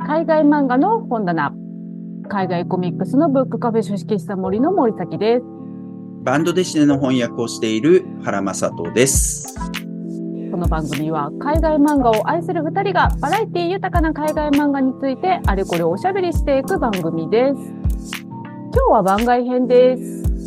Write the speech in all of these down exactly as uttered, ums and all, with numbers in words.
海外漫画の本棚、海外コミックスのブックカフェ書式室森の森崎です。 バンドデシネの翻訳をしている原正人です。 この番組は海外漫画を愛するふたりがバラエティ豊かな海外漫画についてあれこれおしゃべりしていく番組です。今日は番外編です。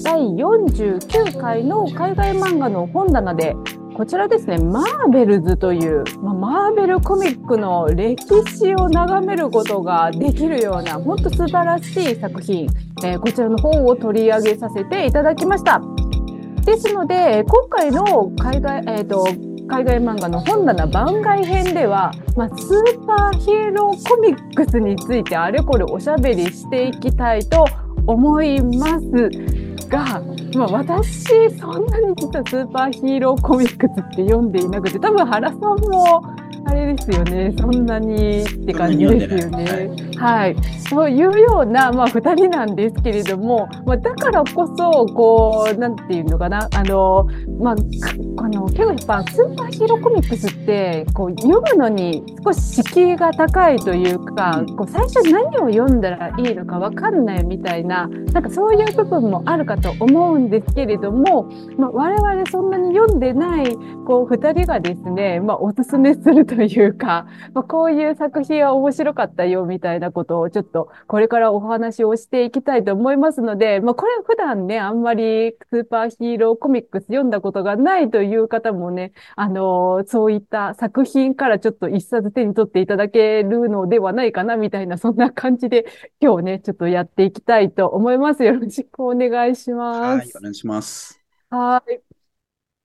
だいよんじゅうきゅうかいの海外漫画の本棚で、こちらですね、マーベルズという、まあ、マーベルコミックの歴史を眺めることができるような、本当素晴らしい作品、えー、こちらの本を取り上げさせていただきました。ですので、今回の海外、えっと、海外漫画の本棚番外編では、まあ、スーパーヒーローコミックスについてあれこれおしゃべりしていきたいと思いますが、まあ、私そんなに実はスーパーヒーローコミックスって読んでいなくて、多分原さんもあれですよね、そんなにって感じですよね。はい、そういうような、まあ、ふたりなんですけれども、まあ、だからこそこうなんていうのかな、あの、まあ、あの結構やっぱスーパーヒーローコミックスってこう読むのに少し敷居が高いというか、こう最初何を読んだらいいのか分かんないみたいな、なんかそういう部分もあるかと思うんですけれども、まあ、我々そんなに読んでないこうふたりがですね、まあ、おすすめするというか、まあ、こういう作品は面白かったよみたいなことをちょっとこれからお話をしていきたいと思いますので、まあ、これ普段ね、あんまりスーパーヒーローコミックス読んだことがないという方もね、あの、そういった作品からちょっと一冊手に取っていただけるのではないかなみたいな、そんな感じで今日ね、ちょっとやっていきたいと思います。よろしくお願いしまはい、おす。 願いします。 はい。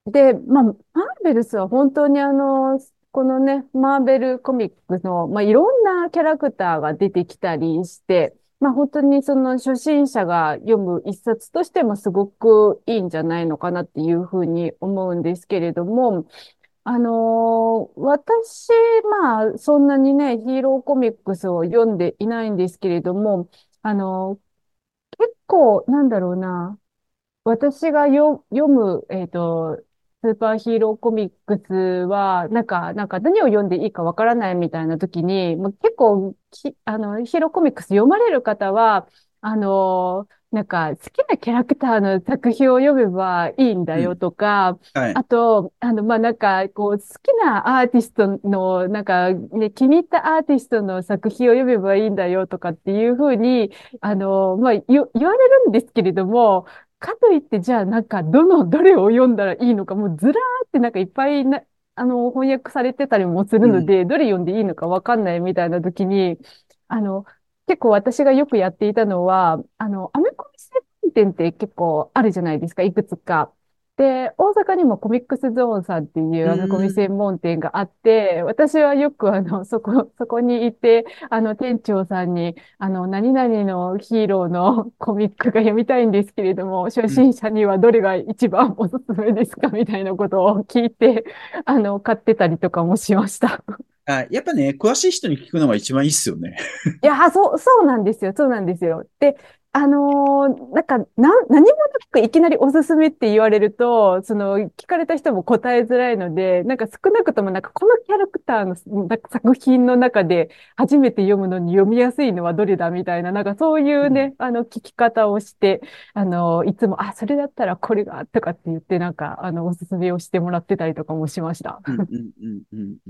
で、まあ、マーベルスは本当にあの、このね、マーベルコミックの、まあ、いろんなキャラクターが出てきたりして、まあ、本当にその初心者が読む一冊としてもすごくいいんじゃないのかなっていうふうに思うんですけれども、あのー私、まあ、そんなにね、ヒーローコミックスを読んでいないんですけれども、あのー結構、なんだろうな、私がよ読む、えっと、スーパーヒーローコミックスは、なんか、なんか何を読んでいいかわからないみたいな時に、もう結構き、あの、ヒーローコミックス読まれる方は、あの、なんか好きなキャラクターの作品を読めばいいんだようん。 とか、 はい。 あと、あの、まあ、なんか、こう、好きなアーティストの、なんか、ね、気に入ったアーティストの作品を読めばいいんだよとかっていうふうに、あの、まあ、言言われるんですけれども、かといって、じゃあ、なんか、どの、どれを読んだらいいのか、もうずらーってなんかいっぱいな、あの、翻訳されてたりもするうん。 ので、どれ読んでいいのかわかんないみたいな時に、あの、結構私がよくやっていたのは、あの、アメコミ専門店って結構あるじゃないですか、いくつか。で、大阪にもコミックスゾーンさんっていううアメコミん。 専門店があって、私はよくあの、そこ、そこに行って、あの、店長さんに、あの、何々のヒーローのコミックが読みたいんですけれども、初うん。 心者にはどれが一番おすすめですかみたいなことを聞いて、あの、買ってたりとかもしました。 あ、やっぱね、詳しい人に聞くのが一番いいっすよね。 いや、そう、そうなんですよ。そうなんですよ。で、あのーなんか、な、何もなくいきなりおすすめって言われると、その、聞かれた人も答えづらいので、なんか少なくともなんかこのキャラクターのなんか作品の中で初めて読むのに読みやすいのはどれだみたいな、なんかそういううん。 ね、あの、聞き方をして、あのーいつも、あ、それだったらこれが、とかって言って、なんか、あの、おすすめをしてもらってたりとかもしました。 うん。うん。うん。うん。うん。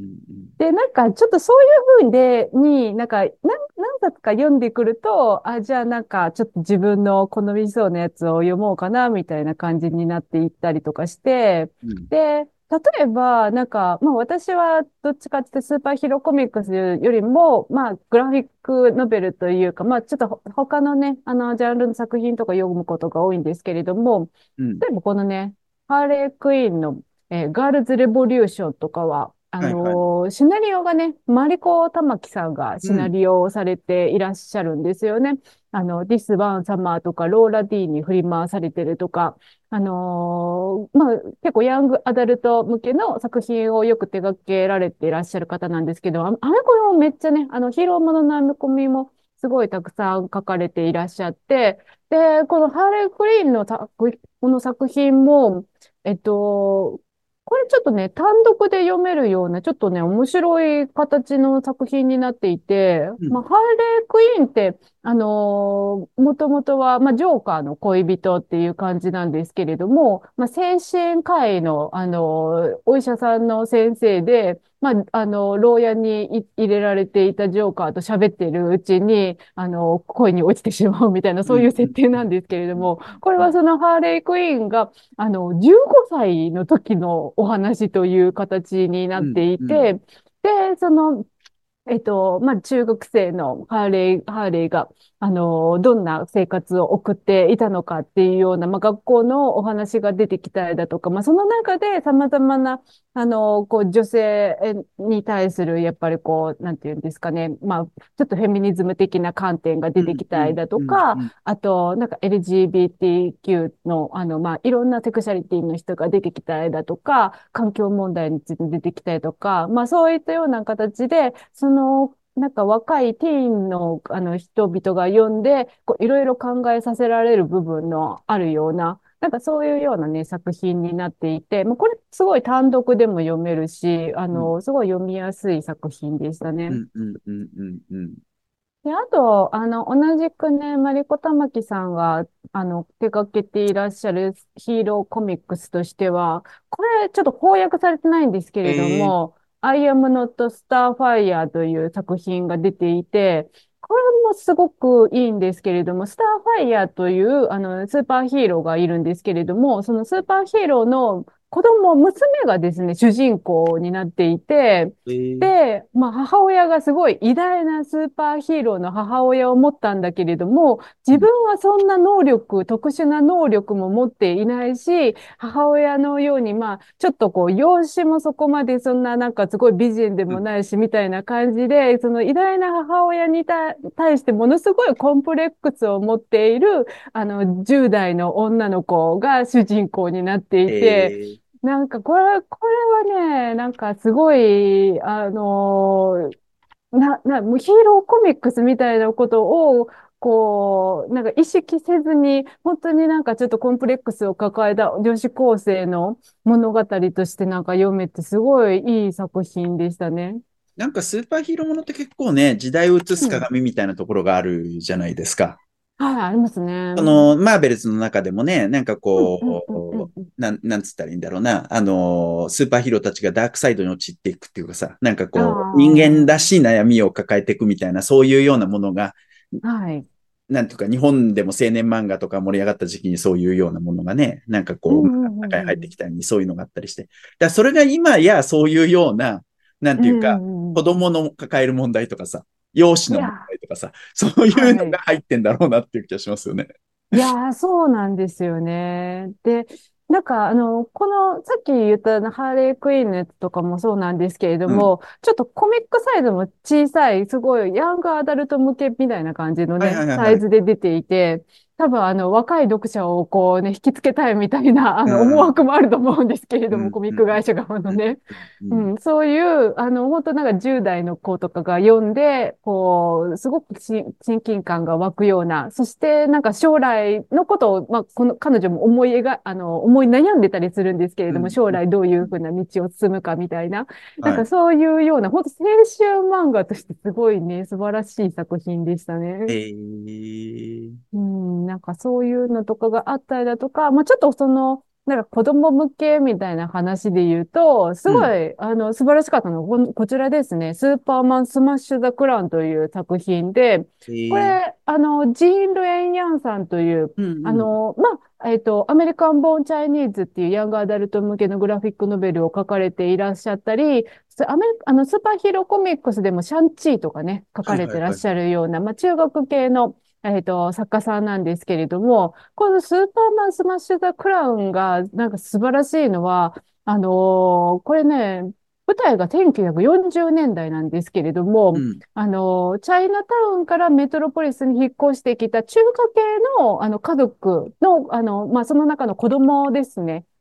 で、なんか、ちょっとそういうふうで、に、なんか、何、何冊か読んでくると、あ、じゃあなんか、ちょっと自分の好みそうなやつを読もうかな、みたいな感じになっていったりとかして、 うん。 で、例えば、なんか、まあ私はどっちかっていうとスーパーヒーローコミックスよりも、まあグラフィックノベルというか、まあちょっとほ他のね、あの、ジャンルの作品とか読むことが多いんですけれども、 うん。 例えばこのね、ハーレークイーンの、えーガールズレボリューションとかは、あはいはい。 のーシナリオがね、マリコ・タマキさんがシナうん。 リオをされていらっしゃるんですよね。あの、ディス・ワン・サマーとか、ローラ・ディーに振り回されてるとか、あのーまあ、結構ヤングアダルト向けの作品をよく手掛けられていらっしゃる方なんですけど、アアメコミもめっちゃね、あの、ヒーローもののアメコミもすごいたくさん書かれていらっしゃって、で、このハーレー・クリーンの作この作品も、えっと、 これちょっとね、単独で読めるような、ちょっとね、面白い形の作品になっていて、 うん。 まあ、ハーレークイーンって、あのーもともとは、まあ、ジョーカーの恋人っていう感じなんですけれども、まあ、精神科医の、あのーお医者さんの先生で、まあ、あの、牢屋にい入れられていたジョーカーと喋っているうちに、あの、恋に落ちてしまうみたいな、 うん。 そういう設うん。 定なんですけれども、これうん。 はそのハーレークイーンが、あの、じゅうごさいの時のお話という形になうん。 っていうん。 て、で、その、えっと、まあ、中学生のハーレー、ハーレーが、あの、どんな生活を送っていたのかっていうような、まあ、学校のお話が出てきたりだとか、まあ、その中で様々な、あの、こう、女性に対する、やっぱりこう、なんていうんですかね、まあ、ちょっとフェミニズム的な観点が出てうん。うん。 きたりだとうん。うか、 ん。 あと、なんか エルジービーティーキュー の、あの、まあ、いろんなセクシャリティの人が出てきたりだとか、環境問題について出てきたりとか、まあ、そういったような形で、その、なんか若いティーンの、あの人々が読んで、こういろいろ考えさせられる部分のあるような、なんかそういうようなね、作品になっていて、もうこれすごい単独でも読めるし、あうん。 の、すごい読みやすい作品でしたね。 うん。うん。うん。うん。うん。 で、あと、あの、同じくね、マリコ玉木さんが、あの、手掛けていらっしゃるヒーローコミックスとしては、これ、ちょっと翻訳されてないんですけれどえー、 も、I am not Starfire という作品が出ていて、これもすごくいいんですけれども、スターファイヤーという、あの、スーパーヒーローがいるんですけれども、そのスーパーヒーローの子供、娘がですね、主人公になっていて、 えー、 で、まあ、母親がすごい偉大なスーパーヒーローの母親を持ったんだけれども、自うん。 分はそんな能力、特殊な能力も持っていないし、母親のように、まあ、ちょっとこう、容姿もそこまでそんななんかすごい美人でうん。 もないし、みたいな感じで、その偉大な母親にた対してものすごいコンプレックスを持っている、あの、じゅう代の女の子が主人公になっていて、 えー、 なんか、これ、これはね、なんかすごい、あのな、な、もうヒーローコミックスみたいなことを、こう、なんか意識せずに、本当になんかちょっとコンプレックスを抱えた女子高生の物語としてなんか読めて、すごいいい作品でしたね。 なんかスーパーヒーローものって結構ね、時代を映すうん。 鏡みたいなところがあるじゃないですか。 はい、ありますね。うんその、マーベルズの中でもね、なんかうんうんうこんうん。 う、なん、なんつったらいいんだろうな、あの、スーパーヒーローたちがダークサイドに陥っていくっていうかさ、なんかこう、人間らあしい悩みを抱えていくみたいな、そういうようなものが、 あ、はい。 なんていうか、日本でも青年漫画とか盛り上がった時期にそういうようなものがね、なんかこう、漫画のうんうん中に入ってうんきたようにそういうのがあったりして。だからそれが今やそういうような、なんうん。 ていうか、 うんうんうん。 子供の抱える問題とかさ、容姿の問いや、 題とかさ、そういうのがはい。 入ってんだろうなっていう気がしますよね。 いやー、そうなんですよね。で、なんか、あの、この、さっき言ったあのハーレークイーンのやつとかもそうなんですけれどうん。 も、ちょっとコミックサイズも小さい、すごいヤングアダルト向けみたいな感じのはいね、サはいはいはい。 イズで出ていて、多分あの、若い読者をこうね、引きつけたいみたいな、あの、思うん。 惑もあると思うんですけれども、 うん。 コミッうん。 ク会社側のうん。 ね。 うん。 うん、そういう、あの、本当なんかじゅう代の子とかが読んで、こう、すごくし親近感が湧くような、そしてなんか将来のことを、まあ、この彼女も思い描、あの、思い悩んでたりするんですけれども、 うん。 将来どういうん。 うふうな道を進むかみたいな、なんはい。 かそういうような、本当青春漫画としてすごいね、素晴らしい作品でしたね。 えー、 うん、なんかそういうのとかがあったりだとか、まあちょっとその、なんか子供向けみたいな話で言うと、すうん。 ごい、あの、素晴らしかったのは、こんこちらですね。スーパーマンスマッシュ・ザ・クラウンという作品で、 えー、 これ、あの、ジーン・ルエン・ヤンさんという、 うんうん。 あの、まあ、えっと、アメリカン・ボーン・チャイニーズっていうヤングアダルト向けのグラフィックノベルを書かれていらっしゃったり、スアメリカ、あの、スーパーヒーローコミックスでもシャンチーとかね、書はいかれてらっしゃはいはいはい。 るような、まあ、中国系の、えっと、作家さんなんですけれども、このスーパーマンスマッシュ・ザ・クラウンがなんか素晴らしいのは、あのーこれね、舞台がせんきゅうひゃくよんじゅうねんだいなんですけれども、 うん。 あのーチャイナタウンからメトロポリスに引っ越してきた中華系の、あの家族の、あの、まあ、その中の子供ですね。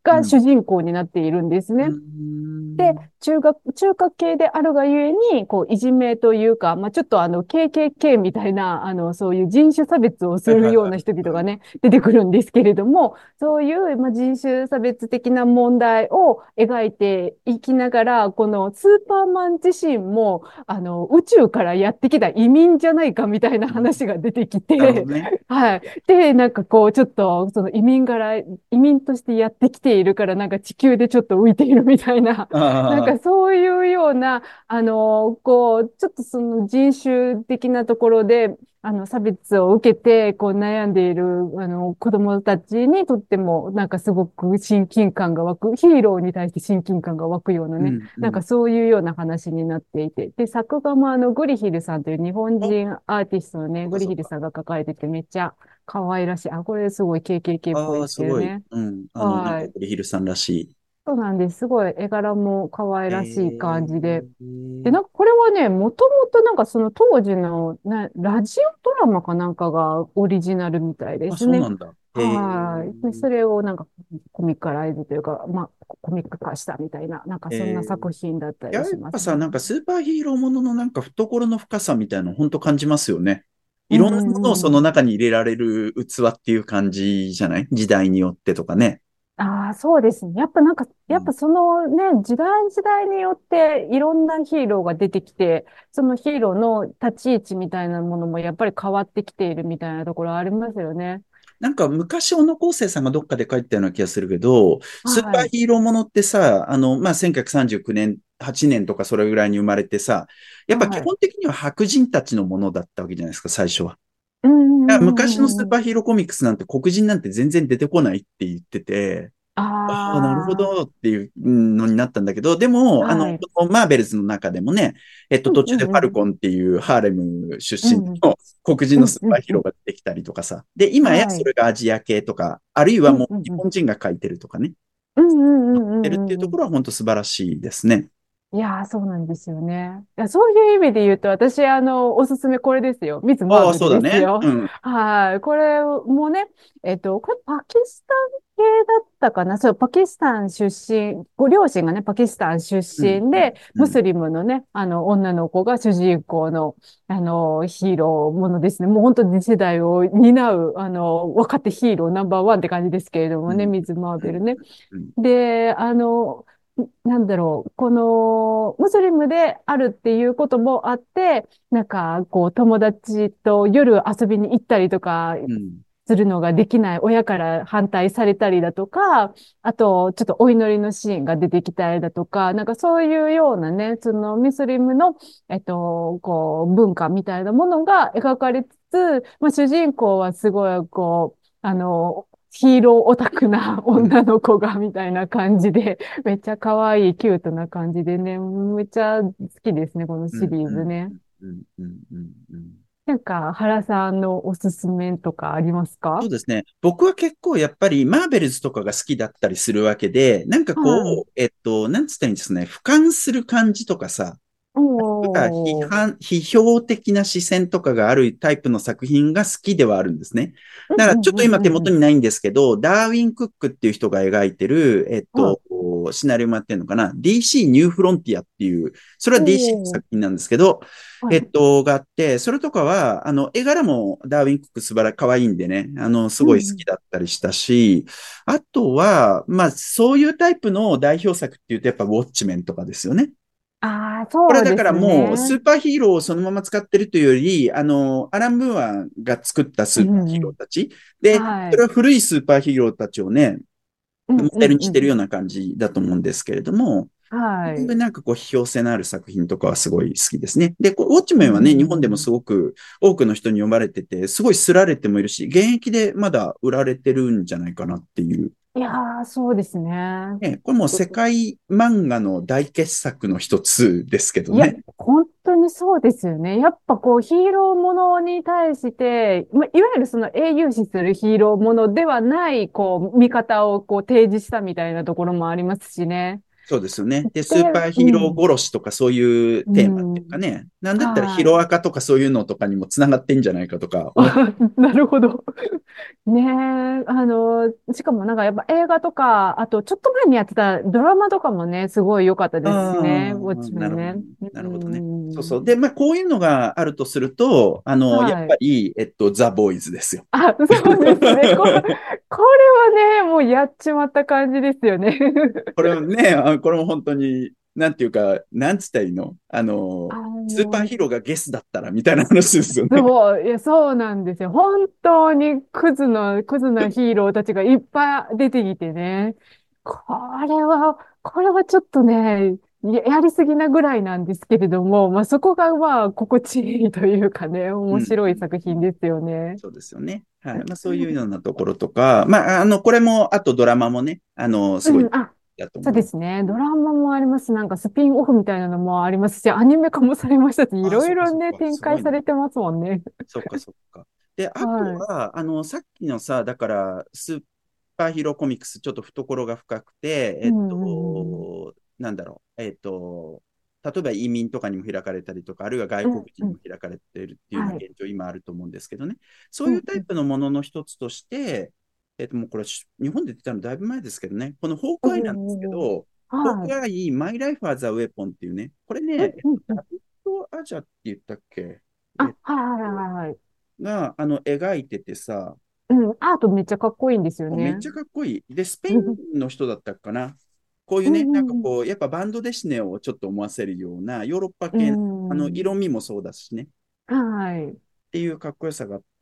がうん。 主人公になっているんですうーね。で、 ん。 中学、中華系であるがゆえに、こう、いじめというか、まあ、ちょっとあの、ケーケーケー みたいな、あの、そういう人種差別をすはいはいはるような人々がい。 ね、出てくるんですけれども、そういう、まあ、人種差別的な問題を描いていきながら、このスーパーマン自身も、あの、宇宙からやってきた移民じゃないかみたいなうん。 話が出てきて、 なるほどね。 はい。で、なんかこう、ちょっと、その移民から、移民としてやってきているから、なんか地球でちょっと浮いているみたいな、なんああ、 かそういうような、あの、こう、ちょっとその人種的なところで、あの、差別を受けて、こう悩んでいる、あの、子供たちにとっても、なんかすごく親近感が湧く、ヒーローに対して親近感が湧くようなね、 うん、うん。 なんかそういうような話になっていて、で、作画もあの、グリヒルさんという日本お、 人アーティストのね、グリヒルそっかそっか。 さんが描かれててめっちゃ可愛らしい。あ、これすごい ケーケーケー っぽいああ、 ですすごい。 けどね。 うん。あの、なんか、 はい。 グリヒルさんらしそうなんです。すごい絵柄も可愛い。 らしい感じで。 えで、 ー、 なんかこれはね、もともとなんかその当時のな、ラジオドラマかなんかがオリジナルみたいであ、 すね。 そうなんだ。えはい。で、 ー、 それをなんかコミックライズというか、まあ、コミック化したみたいな、なんかそんなえー、 作品だったいや、 りやっぱさ、 しますね。 なんかスーパーヒーローもののなんか懐の深さみたいなの本当感じますよね。いろんなもうんうのをそのんうん。 中に入れられる器っていう感じじゃない？時代によってとかね。 ああ、そうですね。やっぱなんか、 うん。 やっぱそのね、時代時代によっていろんなヒーローが出てきて、そのヒーローの立ち位置みたいなものもやっぱり変わってきているみたいなところありますよね。 なんか昔、小野康生さんがどっかで書いたような気がするけど、スーパーはい。 ヒーローものってさ、あの、まあ、せんきゅうひゃくさんじゅうきゅうねん、はちねんとかそれぐらいに生まれてさ、やっぱ基はい。 本的には白人たちのものだったわけじゃないですか、最初は。 うんうんだから昔のうんうんうん。 スーパーヒーローコミックスなんて黒人なんて全然出てこないって言ってて、ああ、なるほあどっていうのになったんだけど、でも、ああ、 の、 はい。 このマーベルズの中でもね、えっと、 うん途中でファルうんうん。 コンっていうハーレム出身うんの黒人うんのスーうんうん。 パーヒーローが出てきたりとかさ。で、今やはい。 それがアジア系とか、あるいはうんもう日うんうん。 本人が書いてるとかね、 うんうんう出るっていうんうんうん。 ところは本当素晴らしいですね。 いやー、そうなんですよね。いや、そういう意味で言うと、私、あの、おすすめこれですよ。ミス・マーああ、 ベルでそうだね。うすよ。 ん。 はい。これもね、えっと、これパキスタン系だったかな。そう、パキスタン出身、ご両親がね、パキスタン出うん。 身で、 うん。 ムスリムのね、あの、女の子が主人公の、あの、ヒーローものですね。もう本当に次世代を担う、あの、若手ヒーローナンバーワンって感じですけれどもね、 うん。 ミズ・マーうん。 ベルね。 うん。 で、あの、なんだろう、この、ムスリムであるっていうこともあって、なんか、こう、友達と夜遊びに行ったりとかうん。 するのができない親から反対されたりだとか、あと、ちょっとお祈りのシーンが出てきたりだとか、なんかそういうようなね、そのムスリムの、えっと、こう、文化みたいなものが描かれつつ、まあ、主人公はすごい、こう、あの、ヒーローオタクなうん。 女の子がみたいな感じで、めっちゃ可愛い、キュートな感じでね、めっちゃ好きですね、このうん。 シリーうん。 ズね。 うん。うん。うん。うん。 なんか、原さんのおすすめとかありますか？ そうですね。僕は結構やっぱりマーベルズとかが好きだったりするわけで、なんかこはい。 う、えっと、なんつったらいいんですかね、俯瞰する感じとかさ、なんか批おー。 判、批評的な視線とかがあるタイプの作品が好きではあるんですね。だからちょっうんうんと今手うんうんうん。 元にないんですけど、ダーウィン・クックっていう人が描いてる、えっと、 はい。 シナリオもやってるのかな？ ディーシー ニューフロンティアっていう、それは ディーシー のおー。 作品なんですけど、 はい。 えっと、があって、それとかは、あの、絵柄もダーウィン・クック素晴ら、可愛いんでね、あの、すごい好きうんうん。 だったりしたし、あとは、まあ、そういうタイプの代表作っていうと、やっぱウォッチメンとかですよね。 ああ、 これはだからそうですもう、スね。 ーパーヒーローをそのまま使ってるというより、あの、アラン・ムーアが作ったスうーパーヒーんうん。 ローたち。で、 はい。 それは古いスーパーヒーローたちをね、モうんうデルにしてるんうん。 ような感じだと思うんですけれども、 はい。 なんかこう、批評性のある作品とかはすごい好きですね。で、こうウォッチうメンはね、日本でもん。 すごく多くの人に読まれてて、すごい刷られてもいるし、現役でまだ売られてるんじゃないかなっていう。 いやー、そうですね。 ね、これもう世界漫画の大傑作の一つですけどいや、 ね。 本当にそうですよね。やっぱこうヒーローものに対して、まあ、いわゆるその英雄視するヒーローものではない、こう、見方をこう提示したみたいなところもありますしね。 そうですよね。で、スーパで、 ーヒーローうん、 殺しとかそういううテーマっていうかん、 ね、なんだったらヒはい。 ロアカとかそういうのとかにもつながってんじゃないかとか思っなるほど。ねえ、あの、しかもなんかやっぱ映画とか、あとちょっと前にやってたドラマとかもね、すごい良かったですしね、ウォッああ、 チメンね。 なるほどね。 うなるほどね。そうそう。で、 ん。 まあ、こういうのがあるとすると、あの、やっはい。 ぱり、えっと、ザ・ボーイズですよ。 あ、そうですね。こ、これはね、もうやっちまった感じですよね。 これもね、あこれも本当に、なんていうか、なんつったらいいのああの、スーパーの、 ヒーローがゲスだったらみたいな話ですよね。 そう、いや、そうなんですよ。本当にクズの、クズなヒーローたちがいっぱい出てきてね。これは、これはちょっとね、や、やりすぎなぐらいなんですけれども、まあそこがまあ心地いいというかね、面うん白いうんうん、 作品ですよね。 そうですよね。はい。まあ、そういうようなところとか、まあ、あの、これも、あとドラマもね、あの、すごい、 うん、あ、そうだと思います。 ですね。ドラマもあります。なんかスピンオフみたいなのもありますし、アニメ化もされましたし、いああ、 ろいろね、 そっかそっか、 展開すごいね。 されてますもんね。 そっかそっか。で、あとはい。 は、あの、さっきのさ、だから、スーパーヒーローコミックス、ちょっと懐が深くて、えっうんうんうんと、なんだろう、えっと、例えば移民とかにも開かれたりとか、あるいは外うん。 国人にもうんうん。 開かれているっていうようなはい。 現状、今あると思うんですけどね。そういううんうん。 タイプのものの一つとして、えっと、もうこれ、日本で出たのだいぶ前ですけどね、このホーおクアイなんですけー。 ど、ホーはい。 クアイ、マイライフ・アザ・ウェポンっていうね、これうんね、 うんうん。 ダビッド・アジャって言ったっけあ、 えっはいはいとはいはい。 が、あの、描いててさ、 うん、アートめっちゃかっこいいんですよね。 めっちゃかっこいい。で、スペイうんンの人だったかな。こういううね、なんかんこう、やっぱバンドデシネをちょっと思わせるような、ヨーロッパう系の、あの、 ん。うん。 色味もそうだしね、っはい。 ていうかっこよさがあって、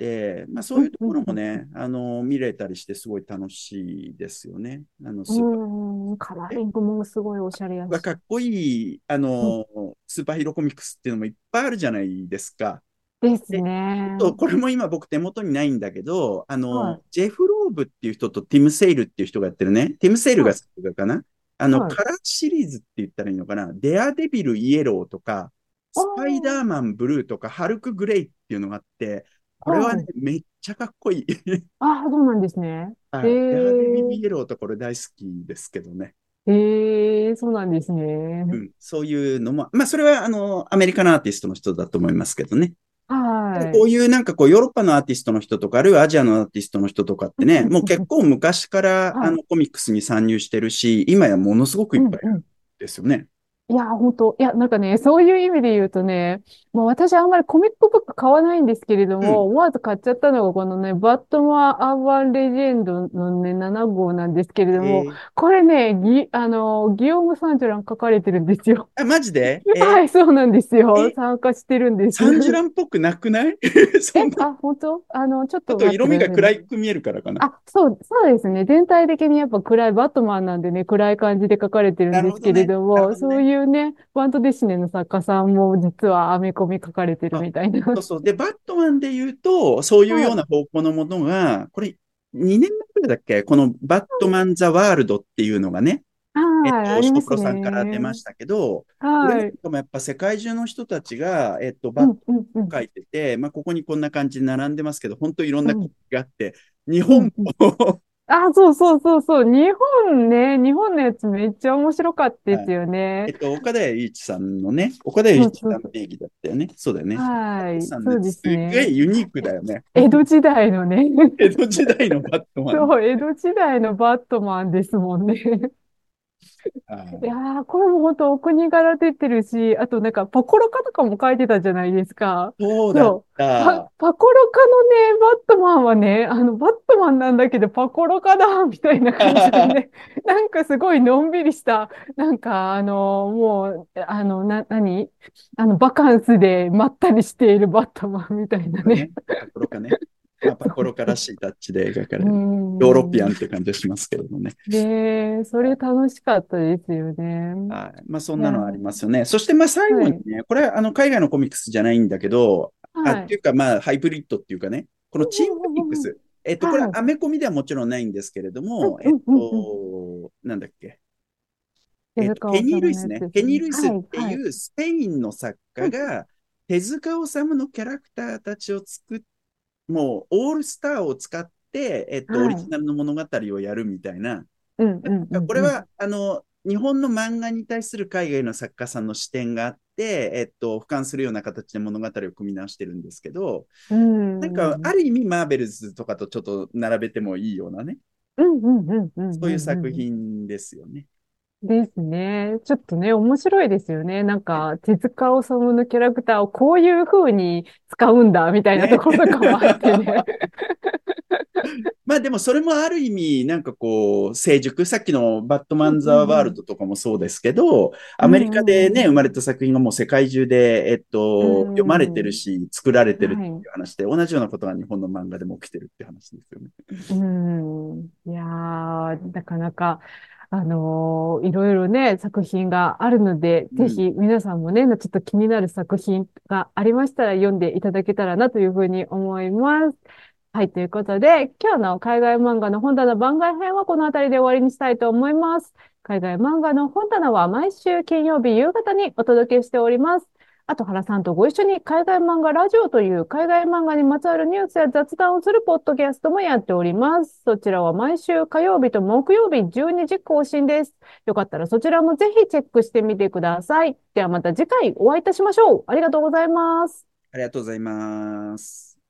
まあそういうとこうんうんろもね、あの、見れたりしてすごい楽しいですよね。あの、スーパー。 うん。うん。カラーリングもすごいおしゃれやし。 がかっこいい、あうん。 の、スーパーヒーローコミックスっていうのもいっぱいあるじゃないですか。 ですで、ちょっね。 とこれも今僕手元にないんだけど、あの、 はい。 ジェフ・ローブっていう人とティム・セイルっていう人がやってるね、ティム・セイルはい。 が作るかな、あの、 はい。 カラーシリーズって言ったらいいのかな、デアデビル・イエローとか、 あスパイダーマン・ブルーとか、ハルク・グレイっていうのがあって、 あ、 これはね、 はい。 めっちゃかっこいい。 ああ、そうなんですね。えはい。デアデビル・えイエローとこれ大好きですけどね。 ええ、そうなんですね。 うん、そういうのも、まあ、それはあのアメリカのアーティストの人だと思いますけどね。でもはい。 こういうなんかこうヨーロッパのアーティストの人とか、あるいはアジアのアーティストの人とかってね、もう結構昔からあはい。 のコミックスに参入してるし、今やものすごくいっぱいいるんうんうん。 ですよね。 いや、本当いや、なんかね、そういう意味で言うとね、もう私あんまりコミックブック買わないんですけれどうん。 も、思わず買っちゃったのがこのね、バットマンアーバンレジェンドのね、なな号なんですけれども、 えー、 これね、ギ、あの、ギヨーム・サンジュラン書かれてるんですよ。 あ、マジでえはい、そうなんですー、 よ。 え、 参加してるんです。 サンジュランっぽくなくないそえ、 んな、ちあ、本当あの、ちょっょっと待ってと色味がくださいね。 暗く見えるからかな。 あ、そう、そうですね。全体的にやっぱ暗い、バットマンなんでね、暗い感じで書かれてるんなるですけれほどね。 ども、そうなるほどね。 いうね、バントデシネの作家さんも実はアメコミ書かれてるあ、 みたいな。 そうそう。で、バットマンで言うと、そういうようはい。 な方向のものが、これ、にねんまえくらいだっけ、このバットマン・ザ・ワールドっていうのがね、 はい、あえっと、 りますショープロさんから出まね。 したけど、これなんはい。 かもやっぱ世界中の人たちが、えっと、バットうん、うん、うん。 書いてて、まあ、ここにこんな感じで並んでますけど、本当いろんうん、 な国があって、日本もうん、うん。あ、そうそうそうそう。日本ね、日本のやつめっちゃ面白かったはい、 ですよね。 えっと、岡田栄一さんのね、岡田栄そう一そうそう。 さん名義だったよね。そうだよね。岡田栄はい。 一さんね、 そうですすね。 っげえユニークだよね。 江戸時代のね。 江戸時代のバットマン。 そう、江戸時代のバットマンですもんね。いやはい、 ー、これも本当お国柄出てるし、あとなんかパコロカとかも書いてたじゃないですか。 そうだっそう。パ、 た。 パコロカのね、バットマンはね、あの、バットマンなんだけどパコロカだみたいな感じでね、なんかすごいのんびりした、なんかあの、もう、あの、な、何あの、バカンスでまったりしているバットマンみたいなね。 ね、パコロカね。まあ、パコロカらしいタッチで描かうーれる。ヨーロピアンっん。 て感じがしますけれどもね。 で、それ楽しかったですよね。 はい。まあ、そんいや、 なのありますよね。そして、まあ、最後はい。 にね、これはあの海外のコミックスじゃないんだけど、あ、っはい。 ていうか、まあ、ハイブリッドっていうかね、このチームコミックうんうんうんうん。 ス、えっと、これははい。 アメコミではもちろんないんですけれどうんも、えっうんうんうん。 と、なんだっけ、えっと、 手塚ケニー・治虫のルイスね。 やつですね。 ケニー・ルイスっはい、はい。 ていうスペインの作うん家が、手塚治虫のキャラクターたちを作っもうオールスターを使って、えっと、オリジはい。 ナルの物語をやるみたいな。 うんうんうこれんうん。 は、あの、 日本の漫画に対する海外の作家さんの視点があって、えっと、俯瞰するような形で物語を組み直してるんですけど、 うなんか、 ん。 ある意味、マーベルズとかとちょっと並べてもいいようなね、 うんうんうんうんそういう作うんうん。 品ですよね。 ですね。ちょっとね、面白いですよね。なんか、手塚治虫のキャラクターをこういう風に使うんだ、みたいなとね。 ころとかもあってね。 まあでもそれもある意味、なんかこう、成熟、さっきのバットマン・うんうザ・ワールんドとかもそうですけど、アメリうん。うカでね、 んうん生まれた作品がもう世界中で、えっうと、読まれてん。うん。 るし、作られてるってはい。 いう話で、同じようなことが日本の漫画でも起きてるっていう話ですよね。 うん。いやー、なかなか、あのーいろいろね、作品があるので、 うん。 ぜひ皆さんもね、ちょっと気になる作品がありましたら読んでいただけたらなというふうに思います。はい、ということで、今日の海外漫画の本棚番外編はこの辺りで終わりにしたいと思います。海外漫画の本棚は毎週金曜日夕方にお届けしております。あと、原さんとご一緒に海外漫画ラジオという海外漫画にまつわるニュースや雑談をするポッドキャストもやっております。そちらは毎週火曜日と木曜日じゅうにじ更新です。よかったらそちらもぜひチェックしてみてください。ではまた次回お会いいたしましょう。ありがとうございます。 ありがとうございます。